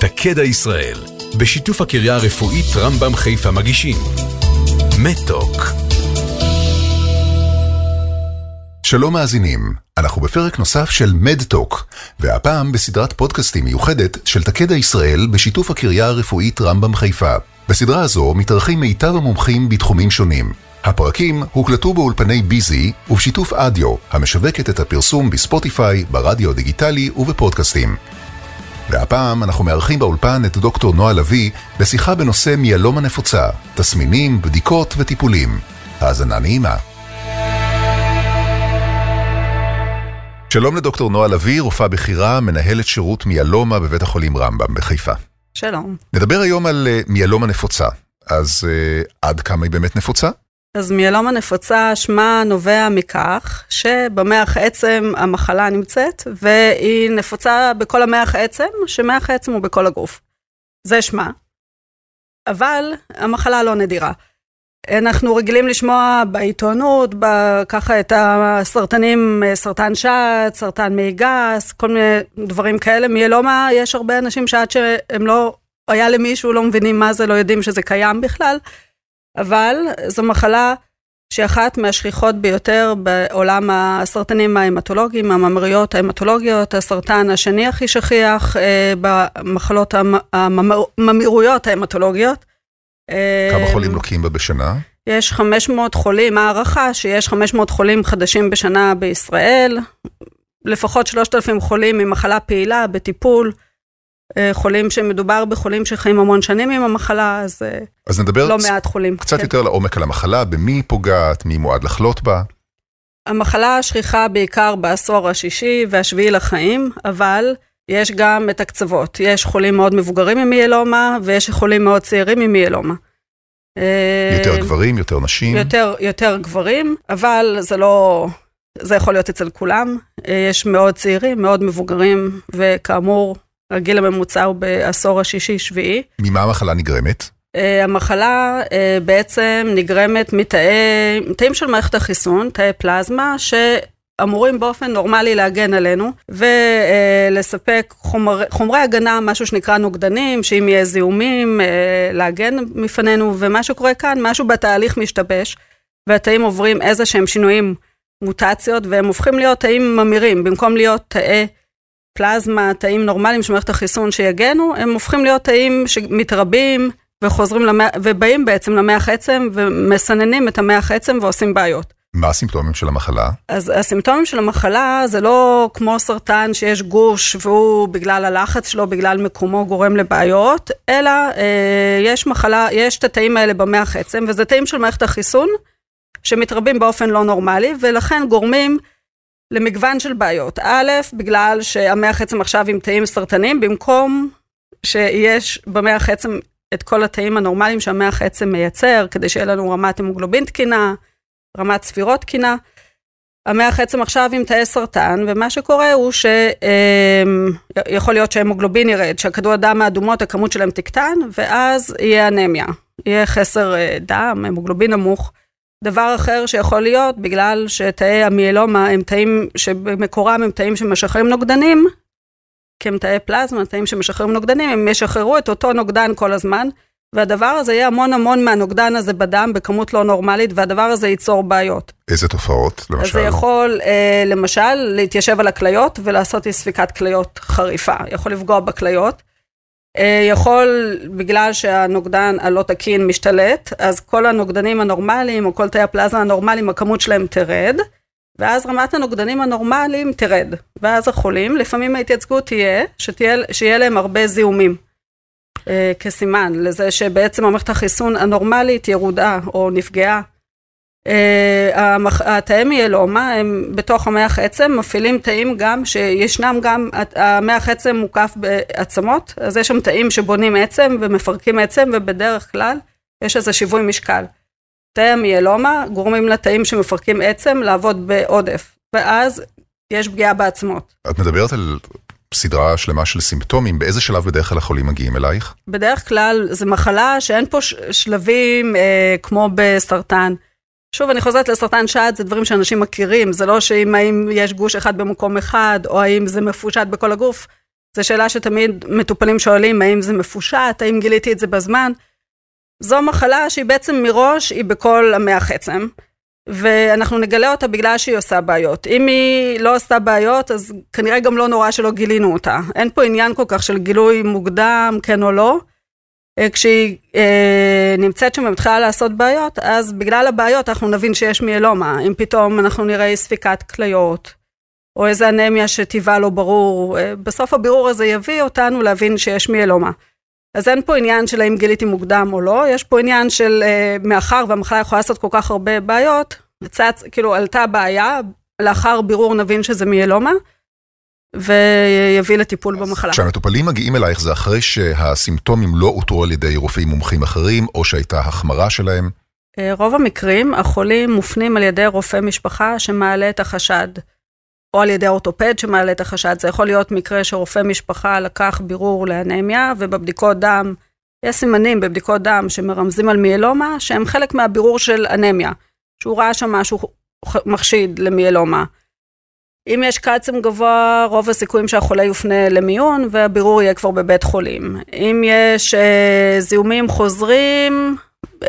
תקדע ישראל, בשיתוף הקריה הרפואית רמב"ם חיפה מגישים מדטוק. שלום מאזינים, אנחנו בפרק נוסף של מדטוק, והפעם בסדרת פודקאסטים מיוחדת של תקדע ישראל בשיתוף הקריה הרפואית רמב"ם חיפה. בסדרה הזו מתארחים מיטב המומחים בתחומים שונים. הפרקים הוקלטו באולפני ביזי ובשיתוף אדיו, המשווקת את הפרסום בספוטיפיי, ברדיו הדיגיטלי ובפודקאסטים. והפעם אנחנו מארחים באולפן את דוקטור נועה לביא בשיחה בנושא מיאלומה נפוצה, תסמינים, בדיקות וטיפולים. האזנה נעימה. שלום לדוקטור נועה לביא, רופאה בכירה, מנהלת שירות מיאלומה בבית החולים רמב"ם בחיפה. שלום. נדבר היום על מיאלומה נפוצה. אז עד כמה היא באמת נפוצה? אז מיאלומה נפוצה שמה נובע מכך שבמח עצם המחלה נמצאת, והיא נפוצה בכל המח עצם, שמח עצם הוא בכל הגוף. זה שמה. אבל המחלה לא נדירה. אנחנו רגילים לשמוע בעיתונות, ככה את הסרטנים, סרטן שד, סרטן מעי גס, כל מיני דברים כאלה. מיאלומה יש הרבה אנשים שעד שהם לא, היה למישהו, לא מבינים מה זה, לא יודעים שזה קיים בכלל. אבל זו מחלה שהיא אחת מהשכיחות ביותר בעולם הסרטנים ההמטולוגיים, הממריות ההמטולוגיות, הסרטן השני הכי שכיח במחלות הממרויות ההמטולוגיות. כמה חולים לוקים בה בשנה? יש 500 חולים, הערכה שיש 500 חולים חדשים בשנה בישראל, לפחות 3,000 חולים ממחלה פעילה בטיפול, חולים שמדובר בחולים שחיים המון שנים עם המחלה, אז נדבר לא מעט חולים. קצת יותר לעומק על המחלה, במי פוגעת, מי מועד לחלות בה? המחלה שכיחה בעיקר בעשור השישי והשביעי לחיים, אבל יש גם את הקצוות. יש חולים מאוד מבוגרים עם מיאלומה, ויש חולים מאוד צעירים עם מיאלומה. יותר גברים, יותר נשים? יותר גברים, אבל זה יכול להיות אצל כולם. יש מאוד צעירים, מאוד מבוגרים, וכאמור, הגיל הממוצע הוא בעשור השישי-שביעי. ממה המחלה נגרמת? המחלה בעצם נגרמת מתאים של מערכת החיסון, תאי פלזמה, שאמורים באופן נורמלי להגן עלינו, ולספק חומרי הגנה, משהו שנקרא נוגדנים, שאם יהיה זיהומים, להגן מפנינו, ומה שקורה כאן, משהו בתהליך משתבש, והתאים עוברים איזה שהם שינויים, מוטציות, והם הופכים להיות תאים ממירים, במקום להיות תאי פלזמה, תאים נורמליים של מערכת החיסון שיגנו, הם הופכים להיות תאים שמתרבים וחוזרים ובאים בעצם למח עצם ומסננים את המח עצם ועושים בעיות. מה הסימפטומים של המחלה? אז הסימפטומים של המחלה זה לא כמו סרטן שיש גוש והוא בגלל הלחץ שלו, בגלל מקומו גורם לבעיות, אלא יש את התאים האלה במח עצם, וזה תאים של מערכת החיסון שמתרבים באופן לא נורמלי, ולכן גורמים למגוון של בעיות. א', בגלל שהמח עצם עכשיו עם תאים סרטנים, במקום שיש במח עצם את כל התאים הנורמליים שהמח עצם מייצר, כדי שיהיה לנו רמת המוגלובין תקינה, רמת ספירות תקינה, המח עצם עכשיו עם תאי סרטן, ומה שקורה הוא שיכול להיות שהמוגלובין ירד, שהכדור הדם האדומות, הכמות שלהם תקטן, ואז יהיה אנמיה, יהיה חסר דם, המוגלובין נמוך. דבר אחר שיכול להיות, בגלל שתאי המיאלומה הם תאים שבמקורם הם תאים שמשחררים נוגדנים, כי הם תאי פלזמה, תאים שמשחררים נוגדנים, הם ישחררו את אותו נוגדן כל הזמן, והדבר הזה יהיה המון מהנוגדן הזה בדם, בכמות לא נורמלית, והדבר הזה ייצור בעיות. איזה תופעות, למשל? אז זה יכול, למשל, להתיישב על הכליות, ולעשות ספיקת כליות חריפה. יכול לפגוע בכליות. יכול, בגלל שהנוגדן הלא תקין משתלט, אז כל הנוגדנים הנורמליים, או כל תאי הפלזמה הנורמליים, הכמות שלהם תרד, ואז רמת הנוגדנים הנורמליים תרד. ואז החולים, לפעמים ההתייצגות תהיה, שיהיה להם הרבה זיהומים, כסימן, לזה שבעצם המערכת החיסון הנורמלית ירודה, או נפגעה. התאי מיאלומה, הם בתוך המח עצם, מפעילים תאים גם, שישנם גם, המח עצם מוקף בעצמות, אז יש שם תאים שבונים עצם, ומפרקים עצם, ובדרך כלל, יש איזה שיווי משקל. תאי המיאלומה גורמים לתאים שמפרקים עצם לעבוד בעודף, ואז יש פגיעה בעצמות. את מדברת על סדרה שלמה של סימפטומים, באיזה שלב בדרך כלל החולים מגיעים אלייך? בדרך כלל זו מחלה שאין פה שלבים כמו בסרטן. שוב, אני חוזרת לסרטן שד, זה דברים שאנשים מכירים, זה לא שאם האם יש גוש אחד במקום אחד, או האם זה מפושט בכל הגוף, זו שאלה שתמיד מטופלים שואלים, האם זה מפושט, האם גיליתי את זה בזמן. זו מחלה שהיא בעצם מראש, היא בכל המח עצם, ואנחנו נגלה אותה בגלל שהיא עושה בעיות. אם היא לא עושה בעיות, אז כנראה גם לא נורא שלא גילינו אותה. אין פה עניין כל כך של גילוי מוקדם, כן או לא. כשהיא נמצאת שם ומתחילה לעשות בעיות, אז בגלל הבעיות אנחנו נבין שיש מיאלומה. אם פתאום אנחנו נראה ספיקת כליות, או איזה אנמיה שטבעה לא ברור, בסוף הבירור הזה יביא אותנו להבין שיש מיאלומה. אז אין פה עניין של האם גיליתי מוקדם או לא, יש פה עניין של מאחר והמחלה יכולה לעשות כל כך הרבה בעיות, כאילו עלתה בעיה, לאחר בירור נבין שזה מיאלומה, ויביא לטיפול במחלה. כשהמטופלים מגיעים אלייך זה אחרי שהסימפטומים לא אותרו על ידי רופאים מומחים אחרים, או שהייתה החמרה שלהם? רוב המקרים, החולים מופנים על ידי רופא משפחה שמעלה את החשד, או על ידי אורתופד שמעלה את החשד. זה יכול להיות מקרה שרופא משפחה לקח בירור לאנמיה, ובבדיקות דם, יש סימנים בבדיקות דם שמרמזים על מיאלומה, שהם חלק מהבירור של אנמיה, שהוא ראה שם משהו מחשיד למיאלומה. אם יש קלציום גבוה, רוב הסיכויים שהחולה יופנה למיון, והבירור יהיה כבר בבית חולים. אם יש זיהומים חוזרים,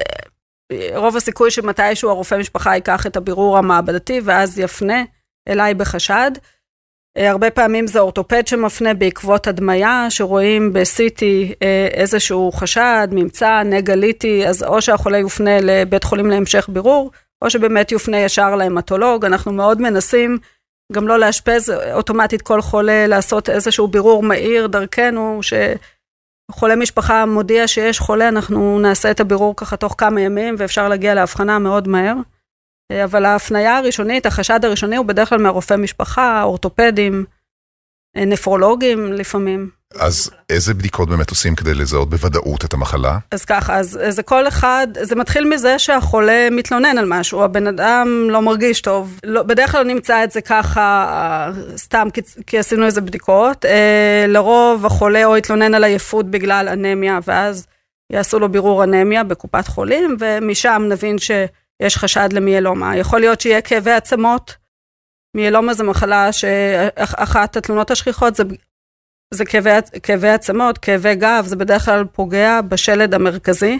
רוב הסיכוי שמתישהו הרופא משפחה ייקח את הבירור המעבדתי, ואז יפנה אליי בחשד. הרבה פעמים זה אורתופד שמפנה בעקבות הדמיה, שרואים ב-CT איזשהו חשד, ממצא, נגליטי, אז או שהחולה יופנה לבית חולים להמשך בירור, או שבאמת יופנה ישר להמטולוג. אנחנו מאוד מנסים גם לא להשפז אוטומטית כל חולה, לעשות איזשהו בירור מהיר דרכנו, שחולה משפחה מודיע שיש חולה, אנחנו נעשה את הבירור ככה תוך כמה ימים, ואפשר להגיע להבחנה מאוד מהר. אבל ההפניה הראשונית, החשד הראשוני הוא בדרך כלל מהרופא משפחה, אורתופדים, נפרולוגים לפעמים. אז איזה בדיקות באמת עושים כדי לזהות בוודאות את המחלה? אז ככה, אז זה כל אחד, זה מתחיל מזה שהחולה מתלונן על משהו, הבן אדם לא מרגיש טוב. בדרך כלל נמצא את זה ככה, סתם כי עשינו איזה בדיקות. לרוב החולה או יתלונן על עייפות בגלל אנמיה, ואז יעשו לו בירור אנמיה בקופת חולים, ומשם נבין שיש חשד למיאלומה. יכול להיות שיהיה כאבי עצמות. מיאלומה זה מחלה שאחת התלונות השכיחות זה כאבי עצמות, כאבי גב, זה בדרך כלל פוגע בשלד המרכזי,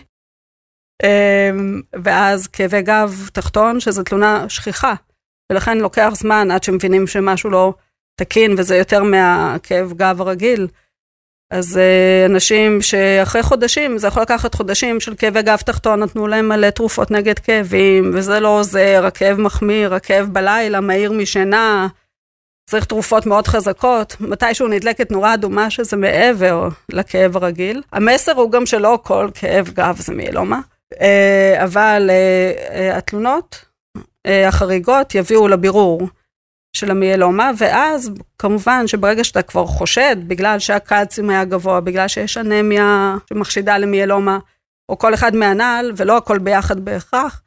ואז כאבי גב תחתון, שזו תלונה שכיחה, ולכן לוקח זמן עד שמבינים שמשהו לא תקין, וזה יותר מהכאב גב הרגיל. אז אנשים שאחרי חודשים, זה יכול לקחת חודשים של כאבי גב תחתון, נתנו להם מלא תרופות נגד כאבים, וזה לא עוזר, הכאב מחמיר, הכאב בלילה, מהיר משינה, צריך תרופות מאוד חזקות, מתישהו נדלקת נורה אדומה שזה מעבר לכאב הרגיל. המסר הוא גם שלא כל כאב גב זה מיאלומה, אבל התלונות החריגות יביאו לבירור של המיאלומה, ואז כמובן שברגע שאתה כבר חושד, בגלל שהקלציום היה גבוה, בגלל שיש אנמיה שמחשידה למיאלומה, או כל אחד מהנעל, ולא הכל ביחד בהכרח,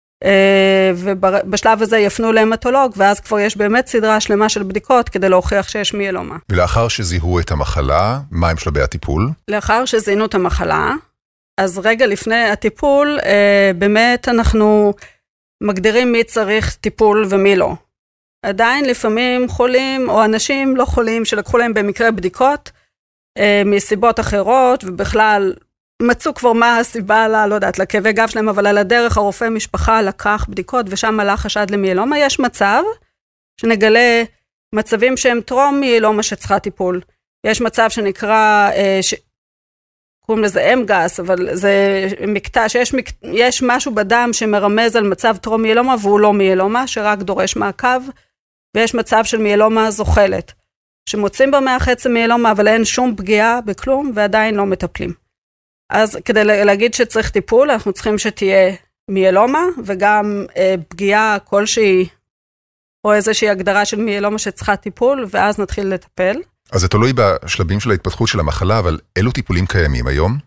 ובשלב הזה יפנו להמטולוג, ואז כבר יש באמת סדרה שלמה של בדיקות כדי להוכיח שיש מיאלומה. ולאחר שזיהו את המחלה, מה הם שלבי הטיפול? לאחר שזיהינו את המחלה, אז רגע לפני הטיפול, באמת אנחנו מגדירים מי צריך טיפול ומי לא. עדיין לפעמים חולים או אנשים לא חולים שלקחו להם במקרה בדיקות, מסיבות אחרות, ובכלל מצאו כבר מה הסיבה, לא יודעת, לכאבי גב שלהם, אבל על הדרך הרופא משפחה לקח בדיקות, ושם עלה חשד למיאלומה. יש מצב שנגלה מצבים שהם טרום מיאלומה שצריכה טיפול. יש מצב שנקרא, קוראים לזה אמגס, אבל זה מקטע, שיש משהו בדם שמרמז על מצב טרום מיאלומה, והוא לא מיאלומה, שרק דורש מעקב, ויש מצב של מיאלומה זוחלת, שמוצאים במח עצם מיאלומה, אבל אין שום פגיעה בכלום, ועדיין לא מטפלים. אז כדי להגיד שצריך טיפול, אנחנו צריכים שתהיה מיאלומה, וגם פגיעה כלשהי, או איזושהי הגדרה של מיאלומה שצריכה טיפול, ואז נתחיל לטפל. אז זה תלוי בשלבים של ההתפתחות של המחלה, אבל אילו טיפולים קיימים היום?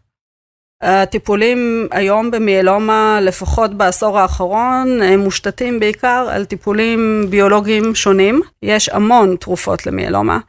הטיפולים היום במיאלומה, לפחות בעשור האחרון, הם מושתתים בעיקר על טיפולים ביולוגיים שונים. יש המון תרופות למיאלומה,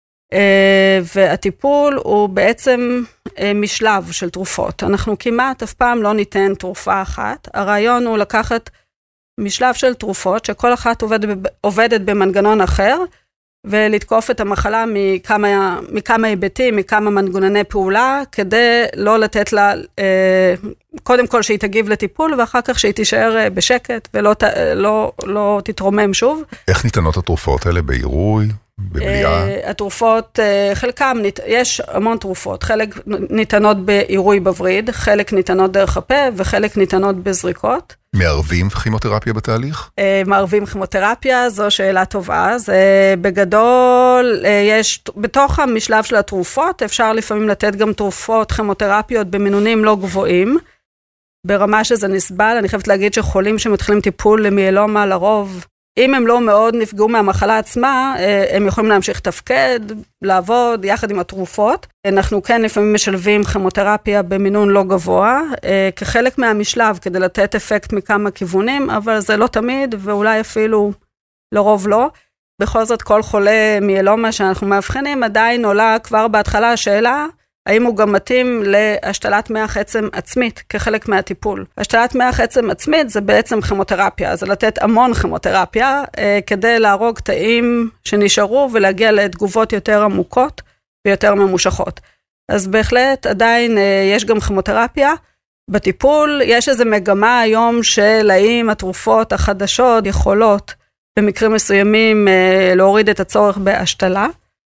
והטיפול הוא בעצם משלב של תרופות. אנחנו כמעט אף פעם לא ניתן תרופה אחת. הרעיון הוא לקחת משלב של תרופות, שכל אחת עובדת במנגנון אחר, ולתקוף את המחלה מכמה היבטים, מכמה מנגנוני פעולה, כדי לא לתת לה, קודם כל שהיא תגיב לטיפול, ואחר כך שהיא תישאר בשקט, ולא תתרומם שוב. איך ניתנות התרופות האלה? בעירוי? בבליעה? התרופות, חלקם, יש המון תרופות, חלק ניתנות בעירוי בווריד, חלק ניתנות דרך הפה, וחלק ניתנות בזריקות. מערבים כימותרפיה בתהליך? מערבים כימותרפיה, זו שאלה טובה. זה בגדול, יש, בתוך המשלב של התרופות, אפשר לפעמים לתת גם תרופות כימותרפיות במינונים לא גבוהים, ברמה שזה נסבל. אני חייבת להגיד שחולים שמתחילים טיפול למיאלומה לרוב, אם הם לא מאוד נפגעו מהמחלה עצמה, הם יכולים להמשיך תפקד, לעבוד יחד עם התרופות. אנחנו כן לפעמים משלבים כימותרפיה במינון לא גבוה, כחלק מהמשלב, כדי לתת אפקט מכמה כיוונים, אבל זה לא תמיד, ואולי אפילו לרוב לא. בכל זאת, כל חולה מיאלומה שאנחנו מאבחנים, עדיין עולה כבר בהתחלה השאלה, האם הוא גם מתאים להשתלת מח עצם עצמית כחלק מהטיפול. השתלת מח עצם עצמית זה בעצם כימותרפיה, זה לתת המון כימותרפיה כדי להרוג תאים שנשארו ולהגיע לתגובות יותר עמוקות ויותר ממושכות. אז בהחלט עדיין יש גם כימותרפיה. בטיפול יש איזו מגמה היום של האם התרופות החדשות יכולות במקרים מסוימים להוריד את הצורך בהשתלה.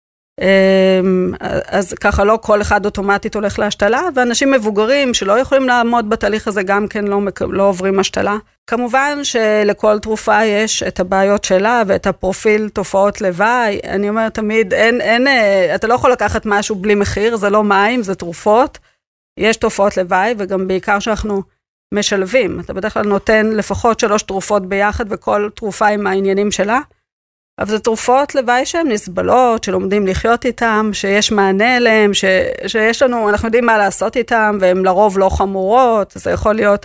אז ככה לא כל אחד אוטומטית הולך להשתלה, ואנשים מבוגרים שלא יכולים לעמוד בתהליך הזה גם כן לא עוברים השתלה. כמובן שלכל תרופה יש את הבעיות שלה ואת הפרופיל תופעות לוואי. אני אומרת תמיד, אתה לא יכול לקחת משהו בלי מחיר, זה לא מים, זה תרופות. יש תופעות לוואי, וגם בעיקר שאנחנו משלבים. אתה בדרך כלל נותן לפחות 3 תרופות ביחד, וכל תרופה עם העניינים שלה. אבל זה תרופות לוואי שהן נסבלות, שלומדים לחיות איתם, שיש מענה אליהם, שיש לנו, אנחנו יודעים מה לעשות איתם, והן לרוב לא חמורות. זה יכול להיות,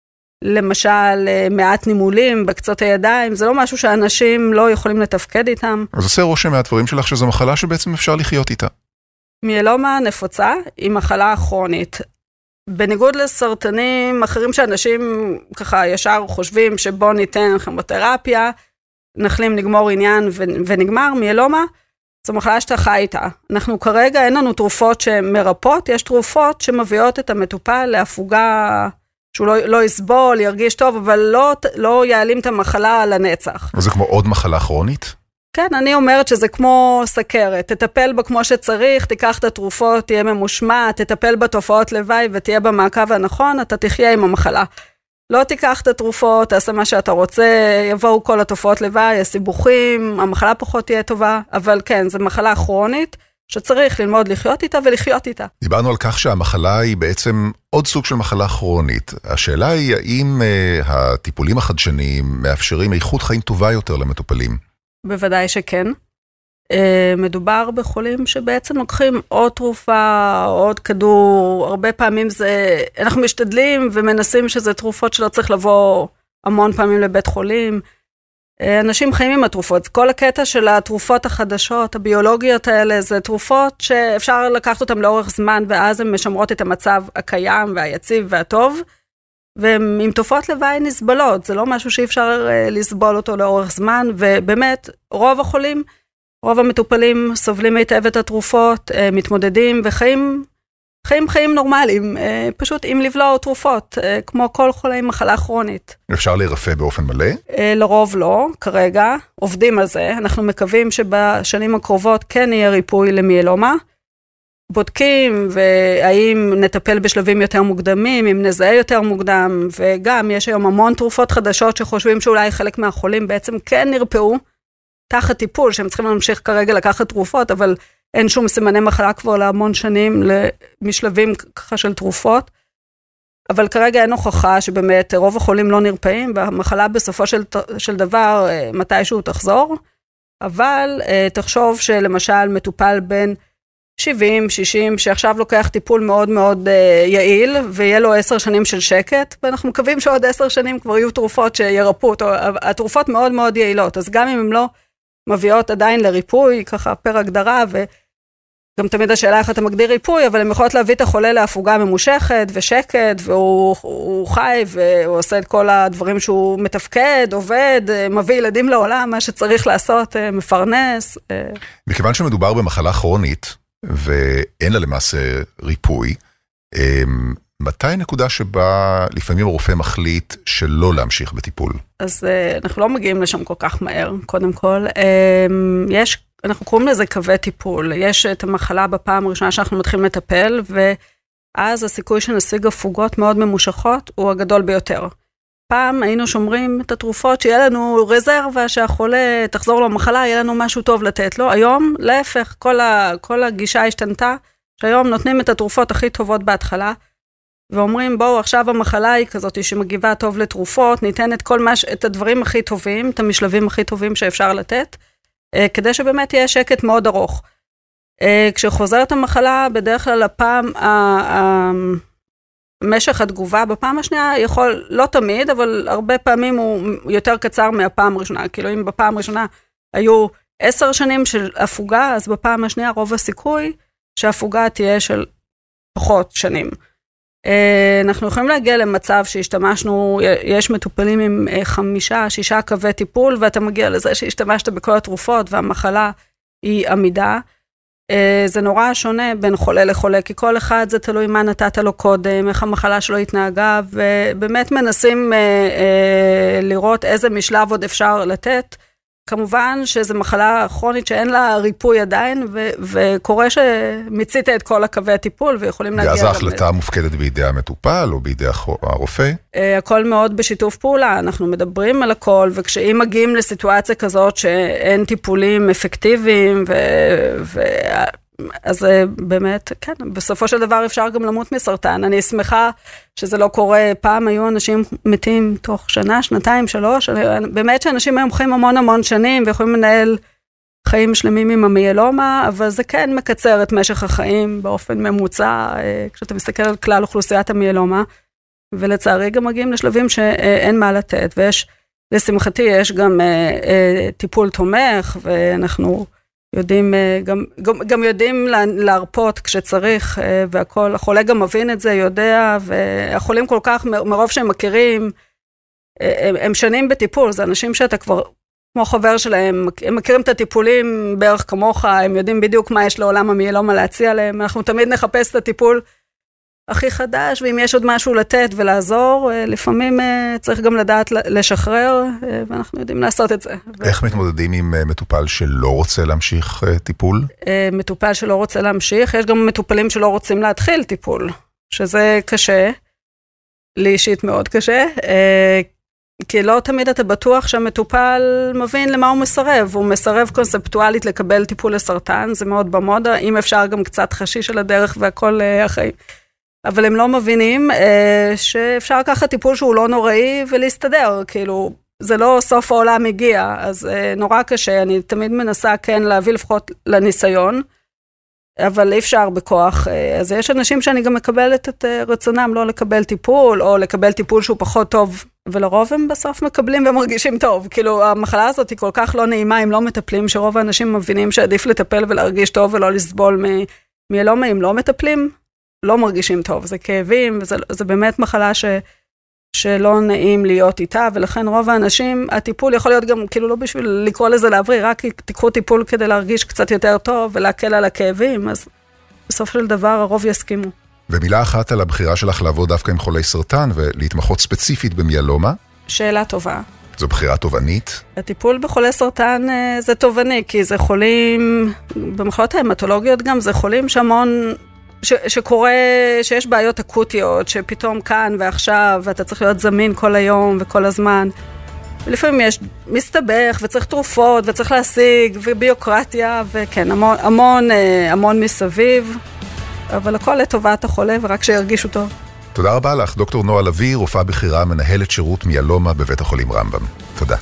למשל, מעט נימולים בקצות הידיים, זה לא משהו שאנשים לא יכולים לתפקד איתם. אז עושה רושם מהדברים שלך שזו מחלה שבעצם אפשר לחיות איתה. מיאלומה נפוצה היא מחלה כרונית. בניגוד לסרטנים אחרים שאנשים ככה ישר חושבים שבו ניתן כימותרפיה, נחלים נגמור עניין ונגמר, מיאלומה, זו מחלה שאתה חי איתה. אנחנו כרגע אין לנו תרופות שמרפות, יש תרופות שמביאות את המטופל להפוגה, שהוא לא יסבול, ירגיש טוב, אבל לא יעלים את המחלה לנצח. אז זה כמו עוד מחלה כרונית? כן, אני אומרת שזה כמו סכרת, תטפל בה כמו שצריך, תיקח את התרופות, תהיה ממושמע, תטפל בתופעות לוואי ותהיה במעקב הנכון, אתה תחיה עם המחלה. לא תיקח את התרופות, תעשה מה שאתה רוצה, יבואו כל התופעות לוואי, הסיבוכים, המחלה פחות תהיה טובה, אבל כן, זו מחלה כרונית שצריך ללמוד לחיות איתה ולחיות איתה. דיברנו על כך שהמחלה היא בעצם עוד סוג של מחלה כרונית. השאלה היא האם הטיפולים החדשניים מאפשרים איכות חיים טובה יותר למטופלים? בוודאי שכן. מדובר בחולים שבעצם לוקחים עוד תרופה, עוד כדור, הרבה פעמים אנחנו משתדלים ומנסים שזה תרופות שלא צריך לבוא המון פעמים לבית חולים. אנשים חיים עם התרופות, כל הקטע של התרופות החדשות, הביולוגיות האלה, זה תרופות שאפשר לקחת אותן לאורך זמן, ואז הן משמרות את המצב הקיים והיציב והטוב, והן עם תופעות לוואי נסבלות, זה לא משהו שאי אפשר לסבול אותו לאורך זמן, ובאמת רוב החולים, רוב המטופלים סובלים היטב את התרופות, מתמודדים וחיים חיים נורמליים, פשוט עם לבלוע תרופות, כמו כל חולי מחלה כרונית. אפשר להירפא באופן מלא? לרוב לא, כרגע, עובדים על זה, אנחנו מקווים שבשנים הקרובות כן יהיה ריפוי למיאלומה, בודקים והאם נטפל בשלבים יותר מוקדמים, אם נזהה יותר מוקדם, וגם יש היום המון תרופות חדשות שחושבים שאולי חלק מהחולים בעצם כן נרפאו, תחת טיפול, שהם צריכים להמשיך כרגע לקחת תרופות, אבל אין שום סימני מחלה כבר להמון שנים משלבים ככה של תרופות, אבל כרגע אין הוכחה שבאמת רוב החולים לא נרפאים, והמחלה בסופו של דבר מתישהו תחזור, אבל תחשוב שלמשל מטופל בין 70, 60, שעכשיו לוקח טיפול מאוד מאוד יעיל, ויהיה לו 10 שנים של שקט, ואנחנו מקווים שעוד 10 שנים כבר יהיו תרופות שירפו אותו, התרופות מאוד מאוד יעילות, אז גם אם הם לא מביאות עדיין לריפוי, ככה פר הגדרה, גם תמיד השאלה איך אתה מגדיר ריפוי, אבל הן יכולות להביא את החולה להפוגה ממושכת ושקט, והוא חי והוא עושה את כל הדברים שהוא מתפקד, עובד, מביא ילדים לעולם, מה שצריך לעשות, מפרנס. מכיוון שמדובר במחלה כרונית, ואין לה למעשה ריפוי, מתי הנקודה שבה לפעמים הרופא מחליט שלא להמשיך בטיפול? אז אנחנו לא מגיעים לשם כל כך מהר, קודם כל. אנחנו קוראים לזה קווי טיפול. יש את המחלה בפעם הראשונה שאנחנו מתחילים לטפל, ואז הסיכוי שנשיג הפוגות מאוד ממושכות הוא הגדול ביותר. פעם היינו שומרים את התרופות, שיהיה לנו רזרבה שהחולה תחזור לו מחלה, יהיה לנו משהו טוב לתת לו. היום, להפך, כל הגישה השתנתה, שהיום נותנים את התרופות הכי טובות בהתחלה, ואומרים, בואו, עכשיו המחלה היא כזאת שמגיבה טוב לתרופות, ניתן את הדברים הכי טובים, את המשלבים הכי טובים שאפשר לתת, כדי שבאמת יהיה שקט מאוד ארוך. כשחוזרת המחלה, בדרך כלל הפעם, משך התגובה בפעם השנייה יכול, לא תמיד, אבל הרבה פעמים הוא יותר קצר מהפעם הראשונה. כאילו אם בפעם הראשונה היו 10 שנים של הפוגה, אז בפעם השנייה רוב הסיכוי שהפוגה תהיה של פחות שנים. אנחנו יכולים להגיע למצב שהשתמשנו, יש מטופלים עם 5-6 קווי טיפול, ואתה מגיע לזה שהשתמשת בכל התרופות, והמחלה היא עמידה. זה נורא שונה בין חולה לחולה, כי כל אחד זה תלוי מה נתת לו קודם, איך המחלה שלו התנהגה, ובאמת מנסים לראות איזה משלב עוד אפשר לתת. כמובן שזו מחלה כרונית שאין לה ריפוי עדיין, וקורה שמיצית את כל הקווי הטיפול, ויכולים להגיע... ואז ההחלטה מופקדת בידי המטופל, או בידי הרופא? הכל מאוד בשיתוף פעולה, אנחנו מדברים על הכל, וכשאם מגיעים לסיטואציה כזאת, שאין טיפולים אפקטיביים, אז באמת, כן, בסופו של דבר אפשר גם למות מסרטן. אני שמחה שזה לא קורה. פעם היו אנשים מתים תוך שנה, שנתיים, 3. באמת שאנשים היום חיים המון שנים, ויכולים לנהל חיים שלמים עם המיילומה, אבל זה כן מקצר את משך החיים באופן ממוצע, כשאתה מסתכל על כלל אוכלוסיית המיילומה, ולצערי גם מגיעים לשלבים שאין מה לתת, לשמחתי יש גם טיפול תומך, ואנחנו... גם יודעים להרפות כשצריך, והכל, החולה גם מבין את זה, יודע, והחולים כל כך, מרוב שהם מכירים, הם שנים בטיפול, זה אנשים שאתה כבר, כמו חבר שלהם, הם מכירים את הטיפולים בערך כמוך, הם יודעים בדיוק מה יש לעולם המיילומה להציע להם, אנחנו תמיד נחפש את הטיפול הכי חדש, ואם יש עוד משהו לתת ולעזור, לפעמים צריך גם לדעת לשחרר, ואנחנו יודעים לעשות את זה. איך מתמודדים עם מטופל שלא רוצה להמשיך טיפול? מטופל שלא רוצה להמשיך, יש גם מטופלים שלא רוצים להתחיל טיפול, שזה קשה, לי אישית מאוד קשה, כי לא תמיד אתה בטוח שהמטופל מבין למה הוא מסרב, הוא מסרב קונספטואלית לקבל טיפול לסרטן, זה מאוד במודה, אם אפשר גם קצת חשיש על הדרך והכל החיים. אבל הם לא מבינים שאפשר לקחת טיפול שהוא לא נוראי ולהסתדר, כאילו, זה לא סוף העולם הגיע, אז נורא קשה, אני תמיד מנסה כן להביא לפחות לניסיון, אבל אי אפשר בכוח, אז יש אנשים שאני גם מקבלת את רצונם לא לקבל טיפול, או לקבל טיפול שהוא פחות טוב, ולרוב הם בסוף מקבלים ומרגישים טוב, כאילו המחלה הזאת היא כל כך לא נעימה, הם לא מטפלים, שרוב האנשים מבינים שעדיף לטפל ולהרגיש טוב ולא לסבול מיילומה, אם לא מטפלים, לא מרגישים טוב, זה כאבים, זה באמת מחלה שלא נעים להיות איתה, ולכן רוב האנשים, הטיפול יכול להיות גם, כאילו לא בשביל לקרוא לזה להבריא, רק תיקחו טיפול כדי להרגיש קצת יותר טוב, ולהקל על הכאבים, אז בסוף של דבר הרוב יסכימו. ומילה אחת על הבחירה שלך לעבוד דווקא עם חולי סרטן, ולהתמחות ספציפית במיילומה? שאלה טובה. זו בחירה תובענית? הטיפול בחולי סרטן זה תובעני, כי זה חולים, במחלות ההמטולוגיות גם, זה חולים שהמון... שקורה, שיש בעיות אקוטיות, שפתאום כאן ועכשיו, ואתה צריך להיות זמין כל היום וכל הזמן. ולפעמים יש מסתבך, וצריך תרופות, וצריך להשיג, וביוקרטיה, וכן, המון מסביב. אבל הכל לטובת החולה, ורק שירגישו טוב. תודה רבה לך, דוקטור נועה לביא, רופאה בכירה, מנהלת שירות מיילומה בבית החולים רמב"ם. תודה.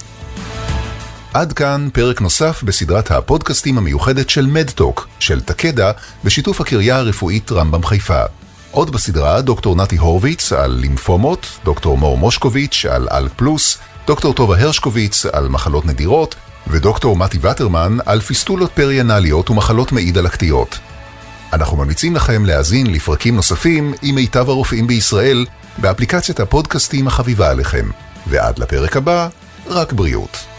עד כאן פרק נוסף בסדרת הפודקאסטים המיוחדת של מדטוק, של תקדה, בשיתוף הקריה הרפואית רמב"ם חיפה. עוד בסדרה דוקטור נתי הורוביץ על לימפומות, דוקטור מור מושקוביץ' על אלק פלוס, דוקטור טובה הרשקוביץ על מחלות נדירות, ודוקטור מתי וטרמן על פיסטולות פריאנליות ומחלות מעי דלקתיות. אנחנו ממליצים לכם להאזין לפרקים נוספים עם מיטב הרופאים בישראל באפליקציית הפודקאסטים החביבה עליכם. ועד לפרק הבא, רק בריאות.